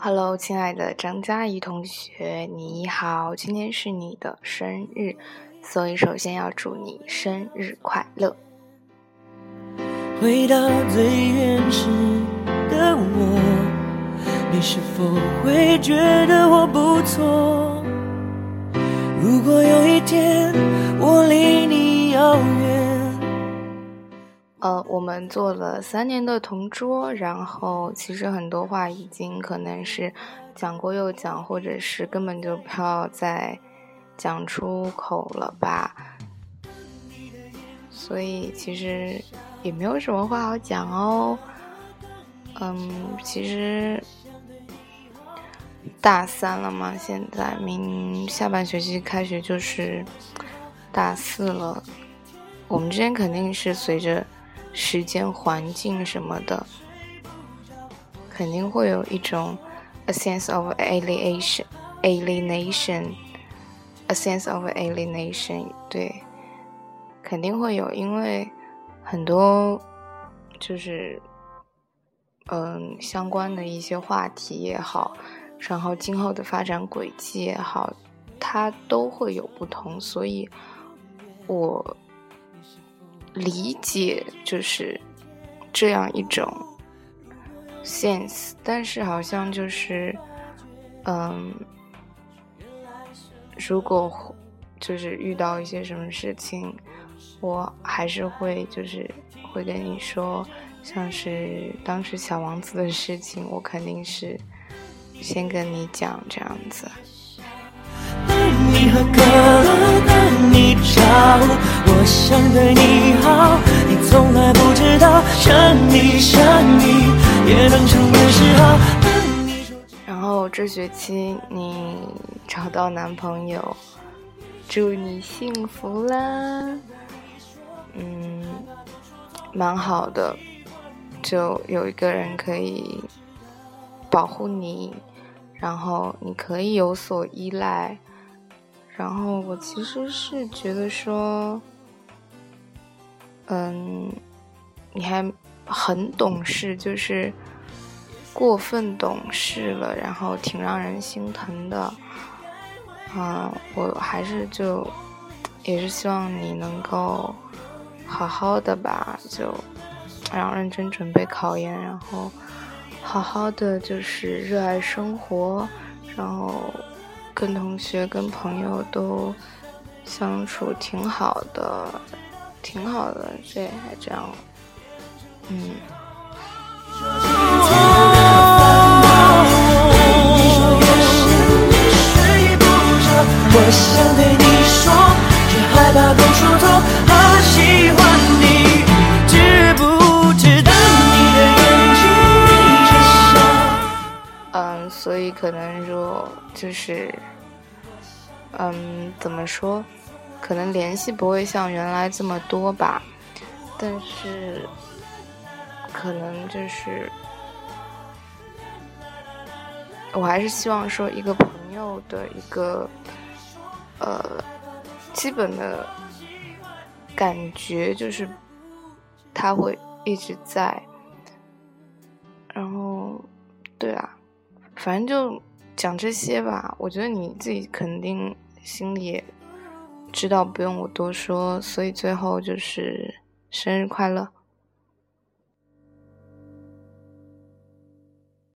Hello， 亲爱的张佳怡同学，你好，今天是你的生日，所以首先要祝你生日快乐。 回到最原始的我，你是否会觉得我不错？如果有一天我离你遥远。 我们做了3年的同桌，然后其实很多话已经可能是讲过又讲，或者是根本就不要再讲出口了吧。所以其实也没有什么话好讲哦。其实大3了嘛，现在下半学期开学就是大4了。我们之间肯定是随着时间环境什么的，肯定会有一种 a sense of alienation， 对，肯定会有，因为很多就是相关的一些话题也好，然后今后的发展轨迹也好，它都会有不同，所以我理解就是这样一种 sense， 但是好像就是如果就是遇到一些什么事情，我还是会跟你说，像是当时小王子的事情，我肯定是先跟你讲这样子。 当你喝可乐，当你吵，我想对你好，你从来不知道，想你也能成为嗜好。 然后这学期你找到男朋友，祝你幸福啦。蛮好的，就有一个人可以保护你，然后你可以有所依赖。然后我其实是觉得说你还很懂事，就是过分懂事了，然后挺让人心疼的。我还是也是希望你能够好好的吧，就然后认真准备考研，然后好好的就是热爱生活，然后跟同学跟朋友都相处挺好的，这样。 我想对你说，却害怕够说透，好喜欢你，知不知道你的眼睛眯着笑。 所以可能说就是怎么说，可能联系不会像原来这么多吧，但是可能就是我还是希望说一个朋友的一个基本的感觉，就是他会一直在。然后对啊，反正就讲这些吧，我觉得你自己肯定心里也知道，不用我多说，所以最后就是生日快乐。